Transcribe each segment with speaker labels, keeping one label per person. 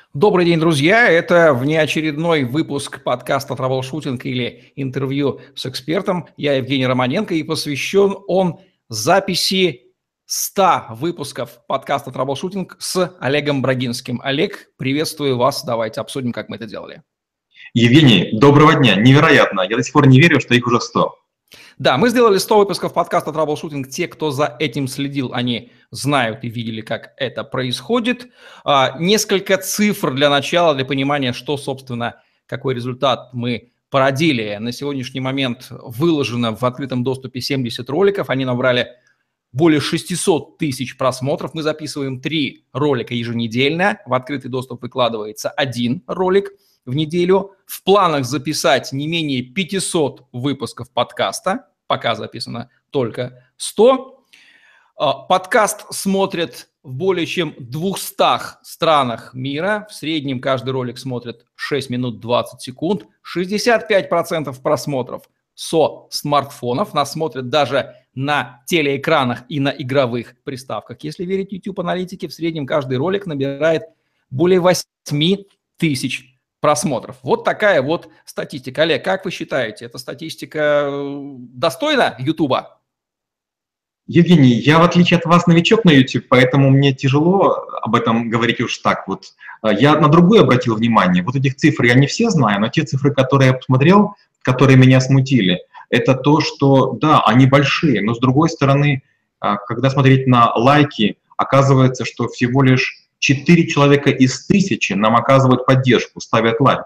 Speaker 1: Добрый день, друзья! Это внеочередной выпуск подкаста «Траблшутинг» или интервью с экспертом. Я Евгений Романенко, и посвящен он записи 100 выпусков подкаста «Траблшутинг» с Олегом Брагинским. Олег, приветствую вас. Давайте обсудим, как мы это делали.
Speaker 2: Евгений, доброго дня. Невероятно. Я до сих пор не верю, что их уже 100.
Speaker 1: Да, мы сделали 100 выпусков подкаста «Траблшутинг». Те, кто за этим следил, они знают и видели, как это происходит. Несколько цифр для начала, для понимания, что, собственно, какой результат мы породили. На сегодняшний момент выложено в открытом доступе 70 роликов. Они набрали более 600 тысяч просмотров. Мы записываем 3 ролика еженедельно. В открытый доступ выкладывается 1 ролик в неделю. В планах записать не менее 500 выпусков подкаста. Пока записано только 100. Подкаст смотрят в более чем 200 странах мира. В среднем каждый ролик смотрит 6 минут 20 секунд. 65% просмотров со смартфонов. Нас смотрят даже на телеэкранах и на игровых приставках. Если верить YouTube-аналитике, в среднем каждый ролик набирает более 8 тысяч просмотров. Вот такая вот статистика. Олег, как вы считаете, эта статистика достойна Ютуба?
Speaker 2: Евгений, я в отличие от вас новичок на YouTube, поэтому мне тяжело об этом говорить уж так вот. Я на другое обратил внимание. Вот этих цифр я не все знаю, но те цифры, которые я посмотрел, которые меня смутили, это то, что да, они большие, но с другой стороны, когда смотреть на лайки, оказывается, что всего лишь 4 человека из 1000 нам оказывают поддержку, ставят лайк,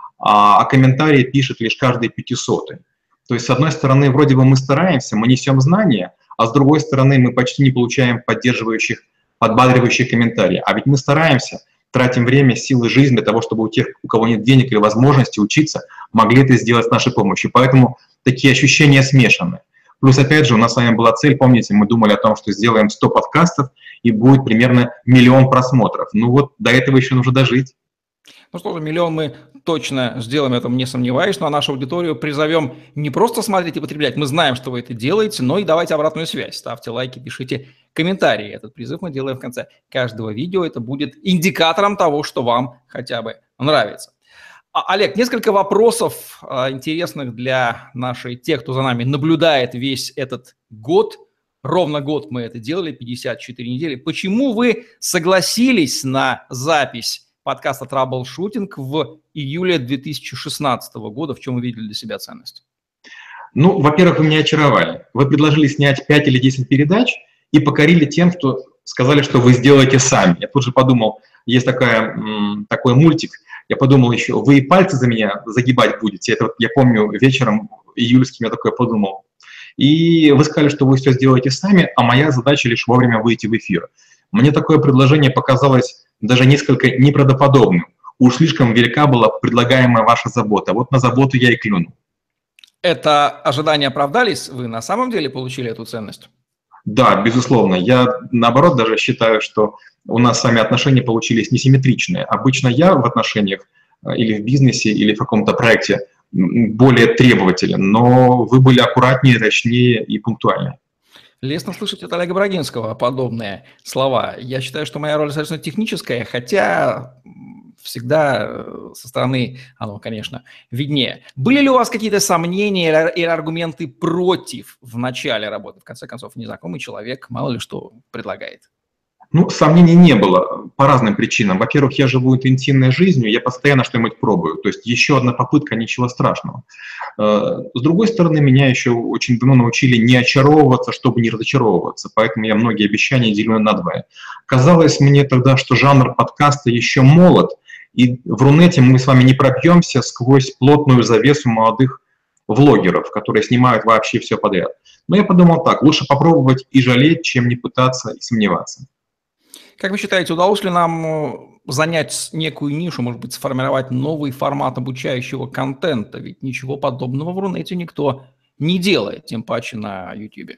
Speaker 2: а комментарии пишет лишь каждый 500-й. То есть, с одной стороны, вроде бы мы стараемся, мы несем знания, а с другой стороны, мы почти не получаем поддерживающих, подбадривающих комментариев. А ведь мы стараемся, тратим время, силы, жизнь для того, чтобы у тех, у кого нет денег или возможности учиться, могли это сделать с нашей помощью. Поэтому такие ощущения смешаны. Плюс, опять же, у нас с вами была цель, помните, мы думали о том, что сделаем 100 подкастов, и будет примерно 1 миллион просмотров. Ну вот, до этого еще нужно дожить.
Speaker 1: Ну что же, 1 миллион мы точно сделаем, этом не сомневаюсь, но нашу аудиторию призовем не просто смотреть и потреблять, мы знаем, что вы это делаете, но и давайте обратную связь. Ставьте лайки, пишите комментарии. Этот призыв мы делаем в конце каждого видео. Это будет индикатором того, что вам хотя бы нравится. Олег, несколько вопросов интересных для тех, кто за нами наблюдает весь этот год. Ровно год мы это делали, 54 недели. Почему вы согласились на запись подкаста «Траблшутинг» в июле 2016 года? В чем вы видели для себя ценность?
Speaker 2: Ну, во-первых, вы меня очаровали. Вы предложили снять 5 или 10 передач и покорили тем, что сказали, что вы сделаете сами. Я тут же подумал, есть такой мультик, я подумал еще, вы и пальцы за меня загибать будете. Это вот я помню вечером июльским я такое подумал. И вы сказали, что вы все сделаете сами, а моя задача лишь вовремя выйти в эфир. Мне такое предложение показалось даже несколько неправдоподобным. Уж слишком велика была предлагаемая ваша забота. Вот на заботу я и клюнул.
Speaker 1: Это ожидания оправдались? Вы на самом деле получили эту ценность?
Speaker 2: Да, безусловно. Я, наоборот, даже считаю, что у нас с вами отношения получились несимметричные. Обычно я в отношениях или в бизнесе, или в каком-то проекте более требователен, но вы были аккуратнее, точнее и пунктуальнее.
Speaker 1: Лестно слышать от Олега Брагинского подобные слова. Я считаю, что моя роль достаточно техническая, хотя всегда со стороны оно, конечно, виднее. Были ли у вас какие-то сомнения или аргументы против в начале работы? В конце концов, незнакомый человек мало ли что предлагает.
Speaker 2: Ну, сомнений не было по разным причинам. Во-первых, я живу интенсивной жизнью, я постоянно что-нибудь пробую. То есть еще одна попытка, ничего страшного. С другой стороны, меня еще очень давно научили не очаровываться, чтобы не разочаровываться. Поэтому я многие обещания делю на 2. Казалось мне тогда, что жанр подкаста еще молод, и в Рунете мы с вами не пробьемся сквозь плотную завесу молодых влогеров, которые снимают вообще все подряд. Но я подумал так, лучше попробовать и жалеть, чем не пытаться и сомневаться.
Speaker 1: Как вы считаете, удалось ли нам занять некую нишу, может быть, сформировать новый формат обучающего контента? Ведь ничего подобного в Рунете никто не делает, тем паче на YouTube.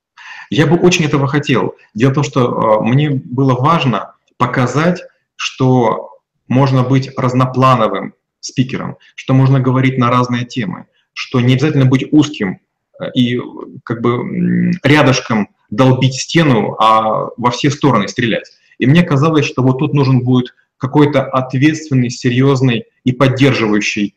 Speaker 2: Я бы очень этого хотел. Дело в том, что мне было важно показать, что можно быть разноплановым спикером, что можно говорить на разные темы, что не обязательно быть узким и как бы рядышком долбить стену, а во все стороны стрелять. И мне казалось, что вот тут нужен будет какой-то ответственный, серьезный и поддерживающий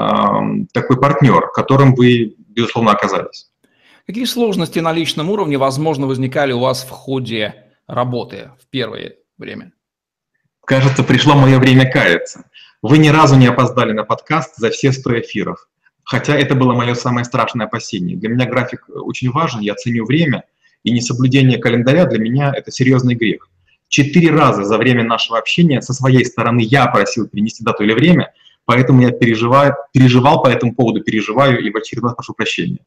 Speaker 2: такой партнер, которым вы, безусловно, оказались.
Speaker 1: Какие сложности на личном уровне, возможно, возникали у вас в ходе работы в первое время?
Speaker 2: Кажется, пришло мое время каяться. Вы ни разу не опоздали на подкаст за все 100 эфиров. Хотя это было мое самое страшное опасение. Для меня график очень важен, я ценю время, и несоблюдение календаря для меня – это серьезный грех. 4 раза за время нашего общения со своей стороны я просил перенести дату или время, поэтому я переживал по этому поводу, переживаю и в очередной раз прошу прощения.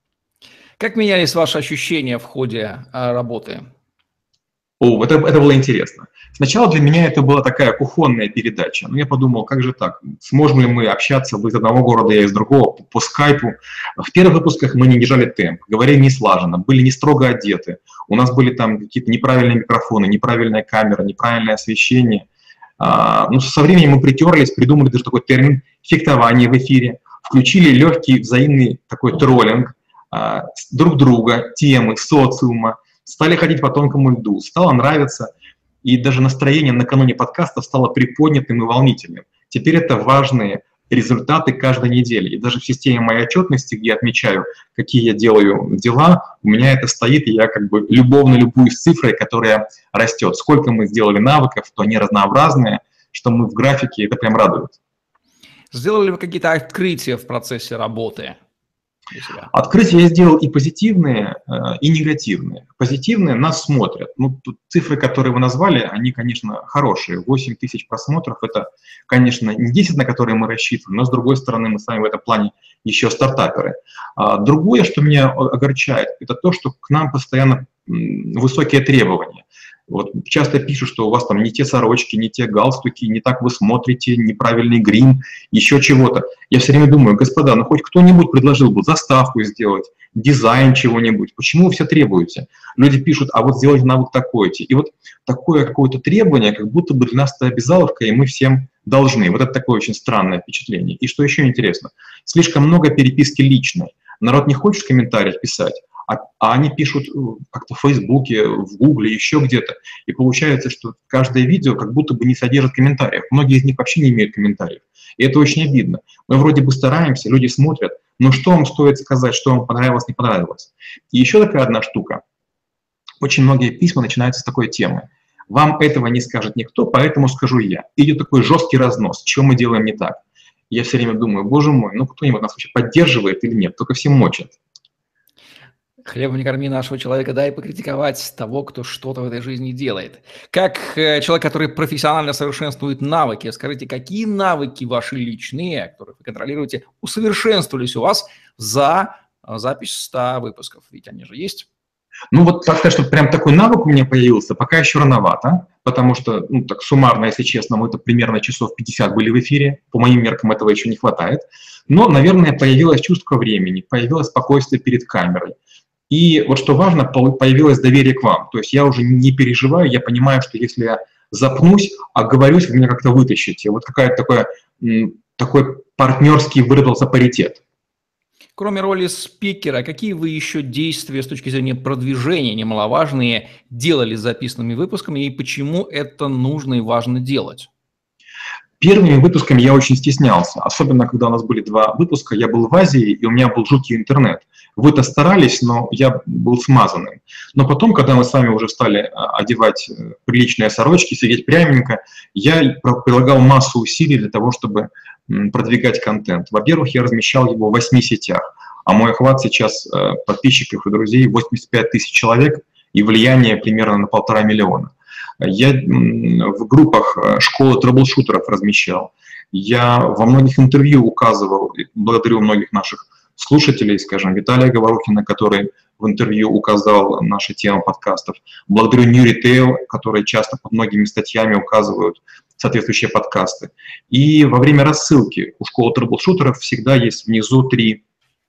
Speaker 1: Как менялись ваши ощущения в ходе работы?
Speaker 2: Это было интересно. Сначала для меня это была такая кухонная передача. Но я подумал, как же так? Сможем ли мы общаться, вы из одного города, я из другого, по скайпу? В первых выпусках мы не держали темп, говорили не слаженно, были не строго одеты. У нас были там какие-то неправильные микрофоны, неправильная камера, неправильное освещение. Но со временем мы притерлись, придумали даже такой термин «фехтование» в эфире, включили легкий взаимный такой троллинг друг друга, темы, социума, стали ходить по тонкому льду, стало нравиться, и даже настроение накануне подкаста стало приподнятым и волнительным. Теперь это важные результаты каждой недели. И даже в системе моей отчетности, где я отмечаю, какие я делаю дела, у меня это стоит, и я как бы любовно любуюсь цифрой, которая растет. Сколько мы сделали навыков, то они разнообразные, что мы в графике, это прям радует.
Speaker 1: Сделали ли вы какие-то открытия в процессе работы?
Speaker 2: Открытия я сделал и позитивные, и негативные. Позитивные нас смотрят. Тут цифры, которые вы назвали, они, конечно, хорошие. 8 тысяч просмотров – это, конечно, не 10, на которые мы рассчитываем, но, с другой стороны, мы с вами в этом плане еще стартаперы. Другое, что меня огорчает, это то, что к нам постоянно высокие требования. Вот часто пишут, что у вас там не те сорочки, не те галстуки, не так вы смотрите, неправильный грим, еще чего-то. Я все время думаю, господа, хоть кто-нибудь предложил бы заставку сделать, дизайн чего-нибудь. Почему вы все требуете? Люди пишут, а вот сделайте навык такой-то. И вот такое какое-то требование, как будто бы для нас это обязаловка, и мы всем должны. Вот это такое очень странное впечатление. И что еще интересно, слишком много переписки личной. Народ не хочет в комментариях писать, а они пишут как-то в Фейсбуке, в Гугле, еще где-то. И получается, что каждое видео как будто бы не содержит комментариев. Многие из них вообще не имеют комментариев. И это очень обидно. Мы вроде бы стараемся, люди смотрят, но что вам стоит сказать, что вам понравилось, не понравилось? И еще такая одна штука. Очень многие письма начинаются с такой темы. Вам этого не скажет никто, поэтому скажу я. Идет такой жесткий разнос, что мы делаем не так. Я все время думаю, боже мой, кто-нибудь нас вообще поддерживает или нет, только все мочат.
Speaker 1: Хлебом не корми нашего человека, дай покритиковать того, кто что-то в этой жизни делает. Как человек, который профессионально совершенствует навыки, скажите, какие навыки ваши личные, которые вы контролируете, усовершенствовались у вас за запись 100 выпусков? Ведь они же есть.
Speaker 2: Так сказать, что прям такой навык у меня появился, пока еще рановато, потому что, так суммарно, если честно, мы примерно часов 50 были в эфире, по моим меркам этого еще не хватает, но, наверное, появилось чувство времени, появилось спокойствие перед камерой. И вот что важно, появилось доверие к вам. То есть я уже не переживаю, я понимаю, что если я запнусь, оговорюсь, вы меня как-то вытащите. Вот какой такой партнерский выработался паритет.
Speaker 1: Кроме роли спикера, какие вы еще действия с точки зрения продвижения немаловажные делали с записанными выпусками и почему это нужно и важно делать?
Speaker 2: Первыми выпусками я очень стеснялся, особенно когда у нас были 2 выпуска, я был в Азии, и у меня был жуткий интернет. Вы-то старались, но я был смазанным. Но потом, когда мы с вами уже стали одевать приличные сорочки, сидеть пряменько, я прилагал массу усилий для того, чтобы продвигать контент. Во-первых, я размещал его в 8 сетях, а мой охват сейчас подписчиков и друзей 85 тысяч человек и влияние примерно на 1,5 миллиона. Я в группах школы трэблшутеров размещал. Я во многих интервью указывал, благодарю многих наших слушателей, скажем, Виталия Говорухина, который в интервью указал наши темы подкастов. Благодарю New Retail, которые часто под многими статьями указывают соответствующие подкасты. И во время рассылки у школы трэблшутеров всегда есть внизу 3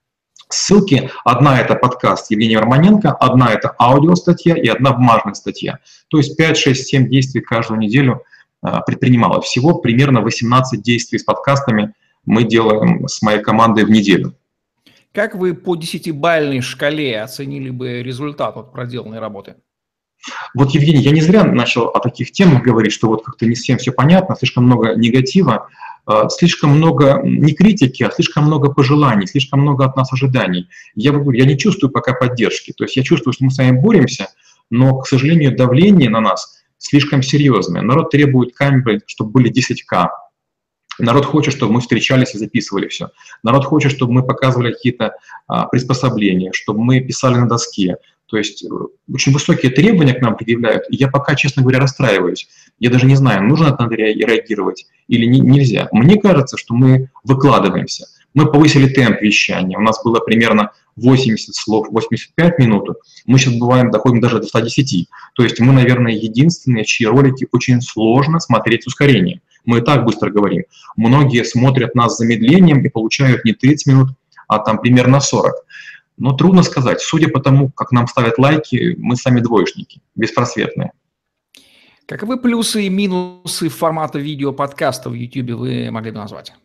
Speaker 2: ссылки. Одна – это подкаст Евгения Романенко, одна – это аудиостатья и одна бумажная статья. То есть 5, 6, 7 действий каждую неделю предпринимала. Всего примерно 18 действий с подкастами мы делаем с моей командой в неделю.
Speaker 1: Как вы по 10-бальной шкале оценили бы результат от проделанной работы?
Speaker 2: Вот, Евгений, я не зря начал о таких темах говорить, что вот как-то не всем все понятно, слишком много негатива, слишком много не критики, а слишком много пожеланий, слишком много от нас ожиданий. Я говорю, я не чувствую пока поддержки. То есть я чувствую, что мы с вами боремся, но, к сожалению, давление на нас слишком серьезное. Народ требует камеры, чтобы были 10К. Народ хочет, чтобы мы встречались и записывали все. Народ хочет, чтобы мы показывали какие-то приспособления, чтобы мы писали на доске. То есть очень высокие требования к нам предъявляют, и я пока, честно говоря, расстраиваюсь. Я даже не знаю, нужно на это реагировать или нельзя. Мне кажется, что мы выкладываемся. Мы повысили темп вещания. У нас было примерно 80 слов, 85 минут. Мы сейчас доходим даже до 110. То есть мы, наверное, единственные, чьи ролики очень сложно смотреть с ускорением. Мы и так быстро говорим. Многие смотрят нас с замедлением и получают не 30 минут, а там примерно 40. Но трудно сказать. Судя по тому, как нам ставят лайки, мы сами двоечники, беспросветные.
Speaker 1: Каковы плюсы и минусы формата видео-подкаста в YouTube вы могли бы назвать?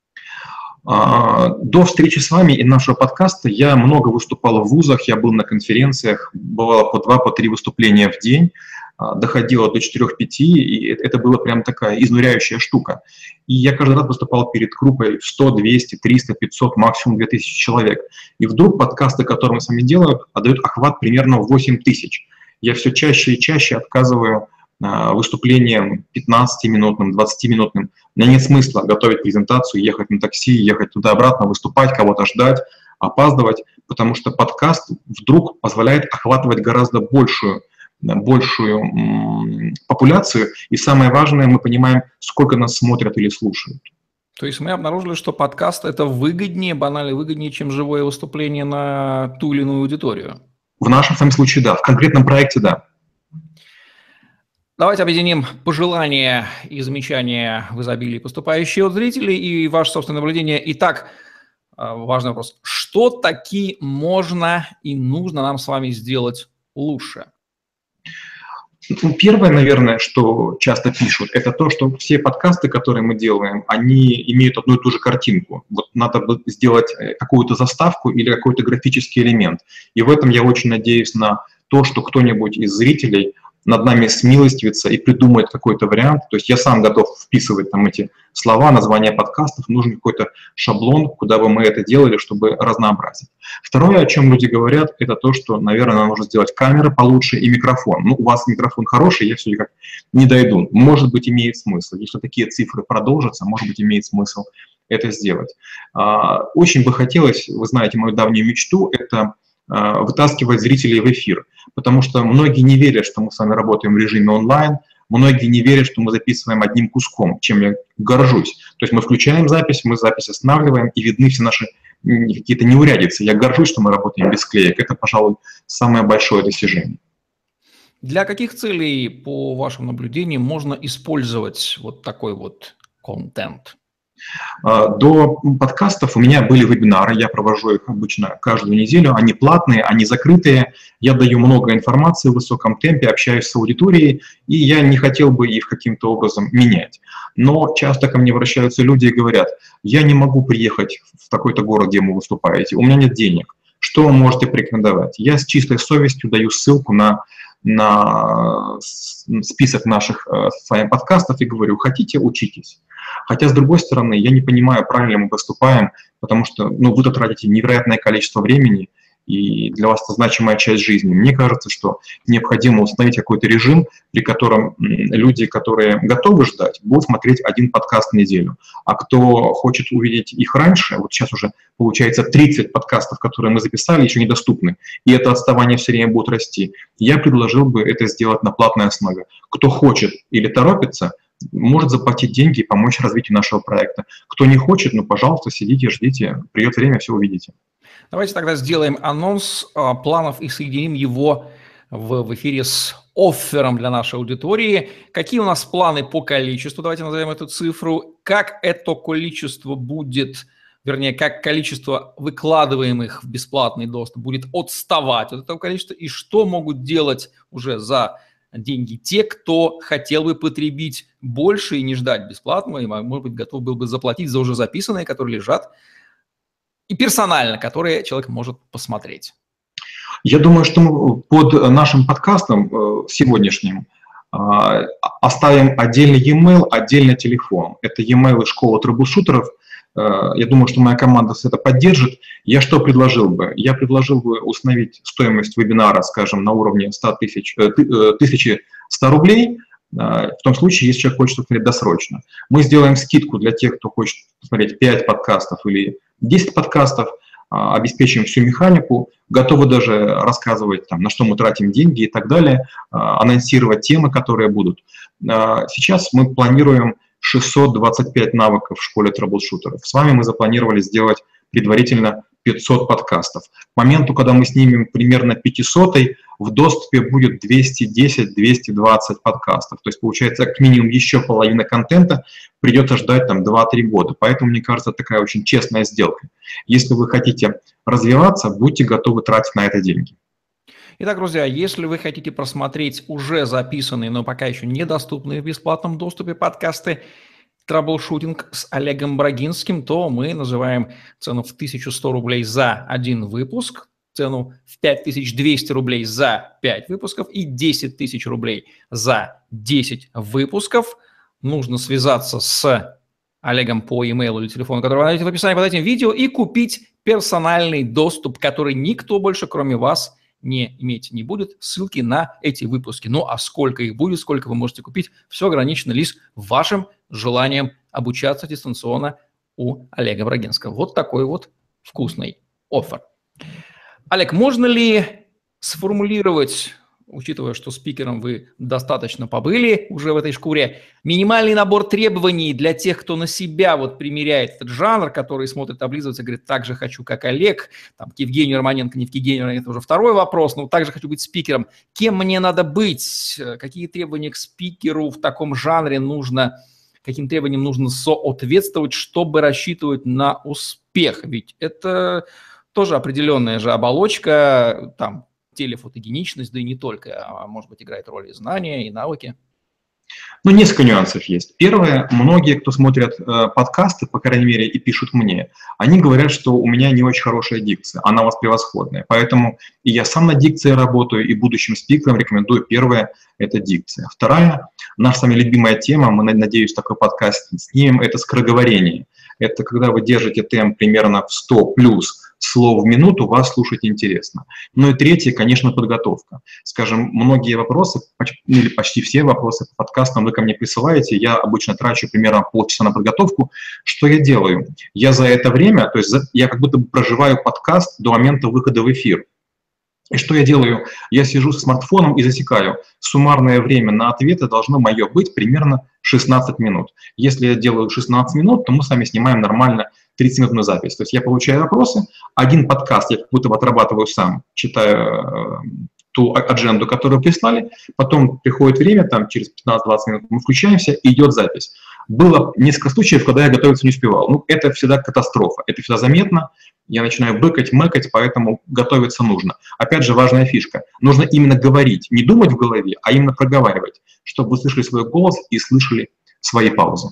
Speaker 2: До встречи с вами и нашего подкаста я много выступал в вузах, я был на конференциях, бывало по 2-3 выступления в день, доходило до 4-5, и это была прям такая изнуряющая штука. И я каждый раз выступал перед группой 100, 200, 300, 500, максимум 2000 человек. И вдруг подкасты, которые мы с вами делаем, отдают охват примерно в 8000. Я все чаще и чаще отказываю выступлением 15-минутным, 20-минутным. У меня нет смысла готовить презентацию, ехать на такси, ехать туда-обратно, выступать, кого-то ждать, опаздывать, потому что подкаст вдруг позволяет охватывать гораздо большую популяцию, и самое важное, мы понимаем, сколько нас смотрят или слушают.
Speaker 1: То есть мы обнаружили, что подкаст – это выгоднее, банально выгоднее, чем живое выступление на ту или иную аудиторию.
Speaker 2: В нашем самом случае, да. В конкретном проекте, да.
Speaker 1: Давайте объединим пожелания и замечания в изобилии, поступающие от зрителей, и ваше собственное наблюдение. Итак, важный вопрос. Что таки можно и нужно нам с вами сделать лучше?
Speaker 2: Первое, наверное, что часто пишут, это то, что все подкасты, которые мы делаем, они имеют одну и ту же картинку. Вот надо бы сделать какую-то заставку или какой-то графический элемент. И в этом я очень надеюсь на то, что кто-нибудь из зрителей над нами смилостивится и придумает какой-то вариант. То есть я сам готов вписывать там эти слова, названия подкастов, нужен какой-то шаблон, куда бы мы это делали, чтобы разнообразить. Второе, о чем люди говорят, это то, что, наверное, нам нужно сделать камеры получше и микрофон. Ну, у вас микрофон хороший, я все никак не дойду. Может быть, имеет смысл. Если такие цифры продолжатся, может быть, имеет смысл это сделать. Очень бы хотелось, вы знаете, мою давнюю мечту, это вытаскивать зрителей в эфир, потому что многие не верят, что мы с вами работаем в режиме онлайн, многие не верят, что мы записываем одним куском, чем я горжусь. То есть мы включаем запись, мы запись останавливаем, и видны все наши какие-то неурядицы. Я горжусь, что мы работаем без склеек. Это, пожалуй, самое большое достижение.
Speaker 1: Для каких целей, по вашим наблюдениям, можно использовать вот такой вот контент?
Speaker 2: До подкастов у меня были вебинары, я провожу их обычно каждую неделю, они платные, они закрытые, я даю много информации в высоком темпе, общаюсь с аудиторией, и я не хотел бы их каким-то образом менять. Но часто ко мне обращаются люди и говорят, я не могу приехать в такой-то город, где вы выступаете, у меня нет денег, что вы можете порекомендовать? Я с чистой совестью даю ссылку на список наших с вами подкастов и говорю, хотите, учитесь. Хотя, с другой стороны, я не понимаю, правильно мы поступаем, потому что вы тратите невероятное количество времени, и для вас это значимая часть жизни. Мне кажется, что необходимо установить какой-то режим, при котором люди, которые готовы ждать, будут смотреть один подкаст в неделю. А кто хочет увидеть их раньше, вот сейчас уже получается 30 подкастов, которые мы записали, еще недоступны, и это отставание все время будет расти. Я предложил бы это сделать на платной основе. Кто хочет или торопится, может заплатить деньги и помочь развитию нашего проекта. Кто не хочет, пожалуйста, сидите, ждите, придет время, все увидите.
Speaker 1: Давайте тогда сделаем анонс планов и соединим его в эфире с оффером для нашей аудитории. Какие у нас планы по количеству? Давайте назовем эту цифру. Как это количество будет, вернее, как количество выкладываемых в бесплатный доступ будет отставать от этого количества, и что могут делать уже за деньги те, кто хотел бы потребить больше и не ждать бесплатного, и, может быть, готов был бы заплатить за уже записанные, которые лежат, и персонально, которые человек может посмотреть.
Speaker 2: Я думаю, что мы под нашим подкастом сегодняшним оставим отдельный e-mail, отдельный телефон. Это e-mail из школы трэблшутеров. Я думаю, что моя команда это поддержит. Я что предложил бы? Я предложил бы установить стоимость вебинара, скажем, на уровне 1100 рублей, в том случае, если человек хочет смотреть досрочно. Мы сделаем скидку для тех, кто хочет посмотреть 5 подкастов или 10 подкастов, обеспечим всю механику, готовы даже рассказывать, на что мы тратим деньги и так далее, анонсировать темы, которые будут. Сейчас мы планируем 625 навыков в школе трэблшутеров. С вами мы запланировали сделать предварительно 500 подкастов. К моменту, когда мы снимем примерно 500-й, в доступе будет 210-220 подкастов. То есть, получается, как минимум еще половина контента придется ждать 2-3 года. Поэтому, мне кажется, такая очень честная сделка. Если вы хотите развиваться, будьте готовы тратить на это деньги.
Speaker 1: Итак, друзья, если вы хотите просмотреть уже записанные, но пока еще недоступные в бесплатном доступе подкасты «Траблшутинг» с Олегом Брагинским, то мы называем цену в 1100 рублей за один выпуск, цену в 5200 рублей за 5 выпусков и 10 тысяч рублей за 10 выпусков. Нужно связаться с Олегом по e-mail или телефону, который вы найдете в описании под этим видео, и купить персональный доступ, который никто больше, кроме вас, не иметь не будет. Ссылки на эти выпуски. Ну а сколько их будет, сколько вы можете купить, все ограничено лишь вашим желанием обучаться дистанционно у Олега Брагинского. Вот такой вот вкусный оффер. Олег, можно ли сформулировать, учитывая, что спикером вы достаточно побыли уже в этой шкуре, минимальный набор требований для тех, кто на себя примеряет этот жанр, который смотрит, облизывается, говорит, так же хочу, как Олег, к Евгению Романенко, не к Евгению Романенко, это уже второй вопрос, но также хочу быть спикером. Кем мне надо быть? Какие требования к спикеру в таком жанре нужно, каким требованиям нужно соответствовать, чтобы рассчитывать на успех? Ведь это тоже определенная же оболочка, телефотогеничность, да и не только, а может быть, играет роль и знания, и навыки.
Speaker 2: Несколько нюансов есть. Первое, многие, кто смотрят подкасты, по крайней мере, и пишут мне, они говорят, что у меня не очень хорошая дикция, она у вас превосходная. Поэтому и я сам над дикцией работаю, и будущим спикерам рекомендую. Первое – это дикция. Вторая, наша с вами любимая тема, мы, надеюсь, такой подкаст снимем, это скороговорение. Это когда вы держите темп примерно в 100 плюс слов в минуту, вас слушать интересно. Ну и третье, конечно, подготовка. Скажем, многие вопросы, или почти все вопросы по подкастам вы ко мне присылаете, я обычно трачу примерно полчаса на подготовку. Что я делаю? Я за это время, то есть я как будто бы проживаю подкаст до момента выхода в эфир. И что я делаю? Я сижу с смартфоном и засекаю. Суммарное время на ответы должно мое быть примерно 16 минут. Если я делаю 16 минут, то мы с вами снимаем нормально 30-минутную запись. То есть я получаю вопросы, один подкаст я как будто бы отрабатываю сам, читаю ту адженду, которую прислали, потом приходит время, через 15-20 минут мы включаемся, и идет запись. Было несколько случаев, когда я готовиться не успевал. Это всегда катастрофа, это всегда заметно. Я начинаю быкать, мэкать, поэтому готовиться нужно. Опять же, важная фишка. Нужно именно говорить, не думать в голове, а именно проговаривать, чтобы вы слышали свой голос и слышали свои паузы.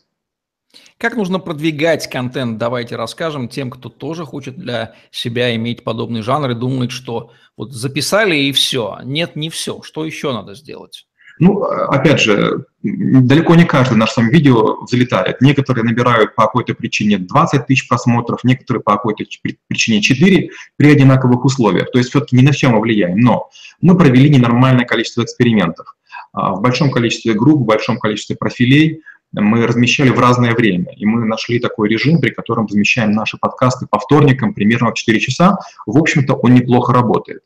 Speaker 1: Как нужно продвигать контент? Давайте расскажем тем, кто тоже хочет для себя иметь подобный жанр и думает, что записали и все. Нет, не все. Что еще надо сделать?
Speaker 2: Опять же, далеко не каждое наше с вами видео взлетает. Некоторые набирают по какой-то причине 20 тысяч просмотров, некоторые по какой-то причине 4 при одинаковых условиях. То есть все-таки ни на все мы влияем. Но мы провели ненормальное количество экспериментов. В большом количестве групп, в большом количестве профилей мы размещали в разное время. И мы нашли такой режим, при котором размещаем наши подкасты по вторникам примерно в 4 часа. В общем-то, он неплохо работает.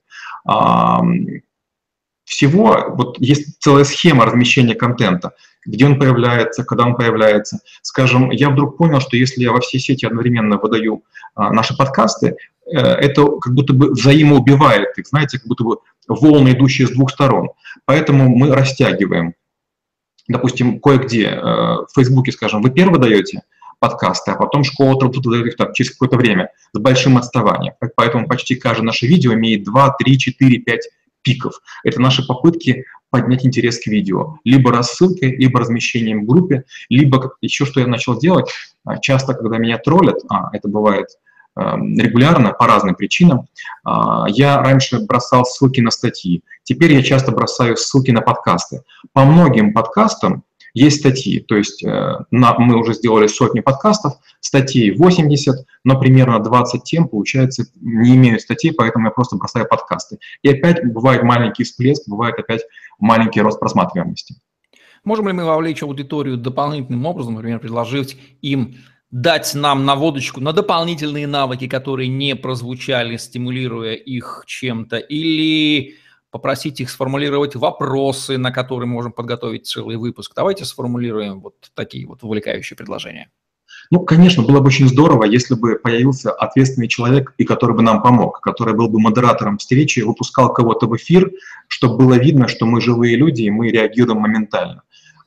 Speaker 2: Всего есть целая схема размещения контента, где он появляется, когда он появляется. Скажем, я вдруг понял, что если я во все сети одновременно выдаю наши подкасты, это как будто бы взаимоубивает их, знаете, как будто бы волны, идущие с двух сторон. Поэтому мы растягиваем. Допустим, кое-где в Фейсбуке, скажем, вы первый даете подкасты, а потом школа дает их через какое-то время с большим отставанием. Поэтому почти каждое наше видео имеет 2, 3, 4, 5 пиков. Это наши попытки поднять интерес к видео. Либо рассылкой, либо размещением в группе, либо еще что я начал делать. Часто, когда меня троллят, это бывает регулярно по разным причинам. Я раньше бросал ссылки на статьи, теперь я часто бросаю ссылки на подкасты. По многим подкастам есть статьи, то есть мы уже сделали сотни подкастов, статей 80, но примерно 20 тем, получается, не имеют статей, поэтому я просто бросаю подкасты. И опять бывает маленький всплеск, бывает опять маленький рост просматриваемости.
Speaker 1: Можем ли мы вовлечь аудиторию дополнительным образом, например, предложить им дать нам наводочку на дополнительные навыки, которые не прозвучали, стимулируя их чем-то, или попросить их сформулировать вопросы, на которые можем подготовить целый выпуск? Давайте сформулируем вот такие вот увлекающие предложения.
Speaker 2: Ну, конечно, было бы очень здорово, если бы появился ответственный человек, и который бы нам помог, который был бы модератором встречи, выпускал кого-то в эфир, чтобы было видно, что мы живые люди, и мы реагируем моментально.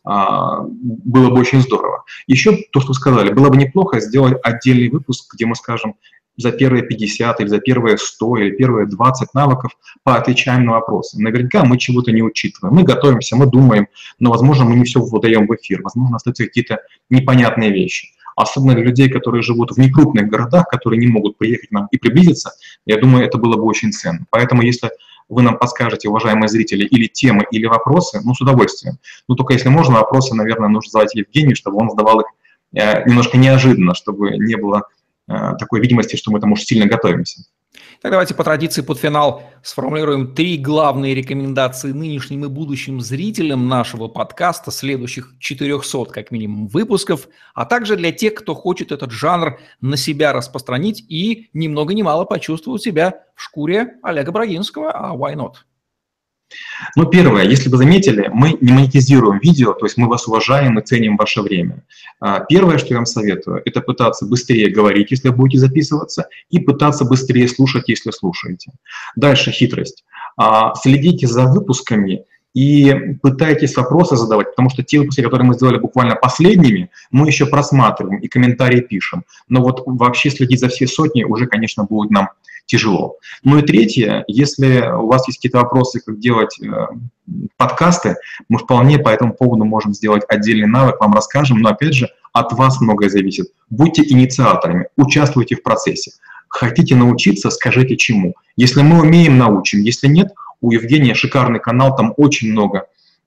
Speaker 2: Было бы очень здорово. Еще то, что сказали, было бы неплохо сделать отдельный выпуск, где мы скажем за первые 50, или за первые 100, или первые 20 навыков поотвечаем на вопросы. Наверняка мы чего-то не учитываем. Мы готовимся, мы думаем, но, возможно, мы не все выдаем в эфир. Возможно, остаются какие-то непонятные вещи. Особенно для людей, которые живут в некрупных городах, которые не могут приехать к нам и приблизиться, я думаю, это было бы очень ценно. Поэтому, если вы нам подскажете, уважаемые зрители, или темы, или вопросы, ну, с удовольствием. Но только если можно, вопросы, наверное, нужно задавать Евгению, чтобы он задавал их немножко неожиданно, чтобы не было такой видимости, что мы там уж сильно готовимся.
Speaker 1: Так давайте по традиции под финал сформулируем 3 главные рекомендации нынешним и будущим зрителям нашего подкаста, следующих 400 как минимум выпусков, а также для тех, кто хочет этот жанр на себя распространить и ни много ни мало почувствовать себя в шкуре Олега Брагинского, а why not?
Speaker 2: Ну, первое, если вы заметили, мы не монетизируем видео, то есть мы вас уважаем и ценим ваше время. Первое, что я вам советую, это пытаться быстрее говорить, если будете записываться, и пытаться быстрее слушать, если слушаете. Дальше хитрость. Следите за выпусками и пытайтесь вопросы задавать, потому что те выпуски, которые мы сделали буквально последними, мы еще просматриваем и комментарии пишем. Но вот вообще следить за все сотни уже, конечно, будет нам тяжело. Ну и третье, если у вас есть какие-то вопросы, как делать подкасты, мы вполне по этому поводу можем сделать отдельный навык, вам расскажем, но опять же от вас многое зависит. Будьте инициаторами, участвуйте в процессе. Хотите научиться, скажите чему. Если мы умеем, научим. Если нет, у Евгения шикарный канал, там очень много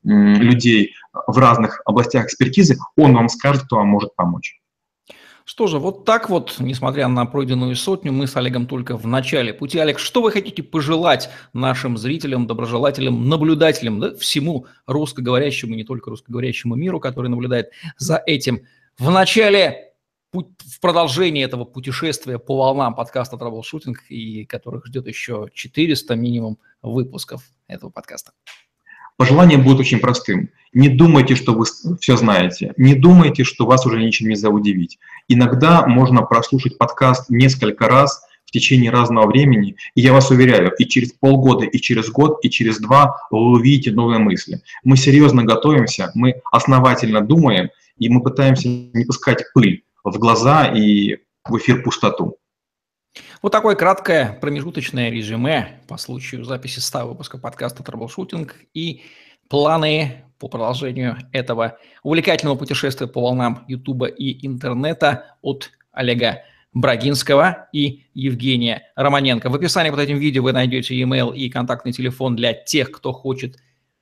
Speaker 2: людей в разных областях экспертизы, он вам скажет, кто вам может помочь.
Speaker 1: Что же, вот так вот, несмотря на пройденную сотню, мы с Олегом только в начале пути. Олег, что вы хотите пожелать нашим зрителям, доброжелателям, наблюдателям, да, всему русскоговорящему, не только русскоговорящему миру, который наблюдает за этим? В начале, в продолжении этого путешествия по волнам подкаста «Траблшутинг», и которых ждет еще 400 минимум выпусков этого подкаста.
Speaker 2: Пожелание будет очень простым. Не думайте, что вы все знаете. Не думайте, что вас уже ничем нельзя удивить. Иногда можно прослушать подкаст несколько раз в течение разного времени, и я вас уверяю, и через полгода, и через год, и через 2 вы увидите новые мысли. Мы серьезно готовимся, мы основательно думаем, и мы пытаемся не пускать пыль в глаза и в эфир пустоту.
Speaker 1: Вот такое краткое промежуточное резюме по случаю записи 100 выпусков подкаста «Траблшутинг» и планы по продолжению этого увлекательного путешествия по волнам Ютуба и интернета от Олега Брагинского и Евгения Романенко. В описании под этим видео вы найдете e-mail и контактный телефон для тех, кто хочет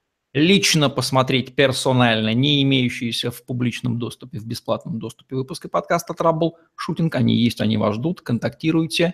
Speaker 1: лично посмотреть персонально, не имеющиеся в публичном доступе, в бесплатном доступе выпуска подкаста «Траблшутинг». Они есть, они вас ждут, контактируйте.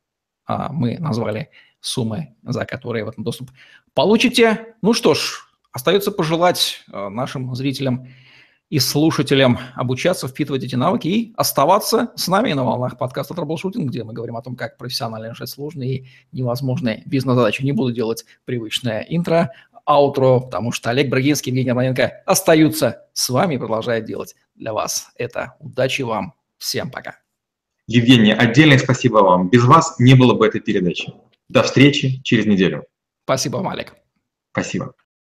Speaker 1: Мы назвали суммы, за которые в этом доступ получите. Ну что ж, остается пожелать нашим зрителям и слушателям обучаться, впитывать эти навыки и оставаться с нами на волнах подкаста «Траблшутинг», где мы говорим о том, как профессионально решать сложные и невозможные бизнес-задачи. Не буду делать привычное интро, аутро, потому что Олег Брагинский и Евгений Романенко остаются с вами и продолжают делать для вас это. Удачи вам. Всем пока.
Speaker 2: Евгений, отдельное спасибо вам. Без вас не было бы этой передачи. До встречи через неделю.
Speaker 1: Спасибо вам, Олег.
Speaker 2: Спасибо.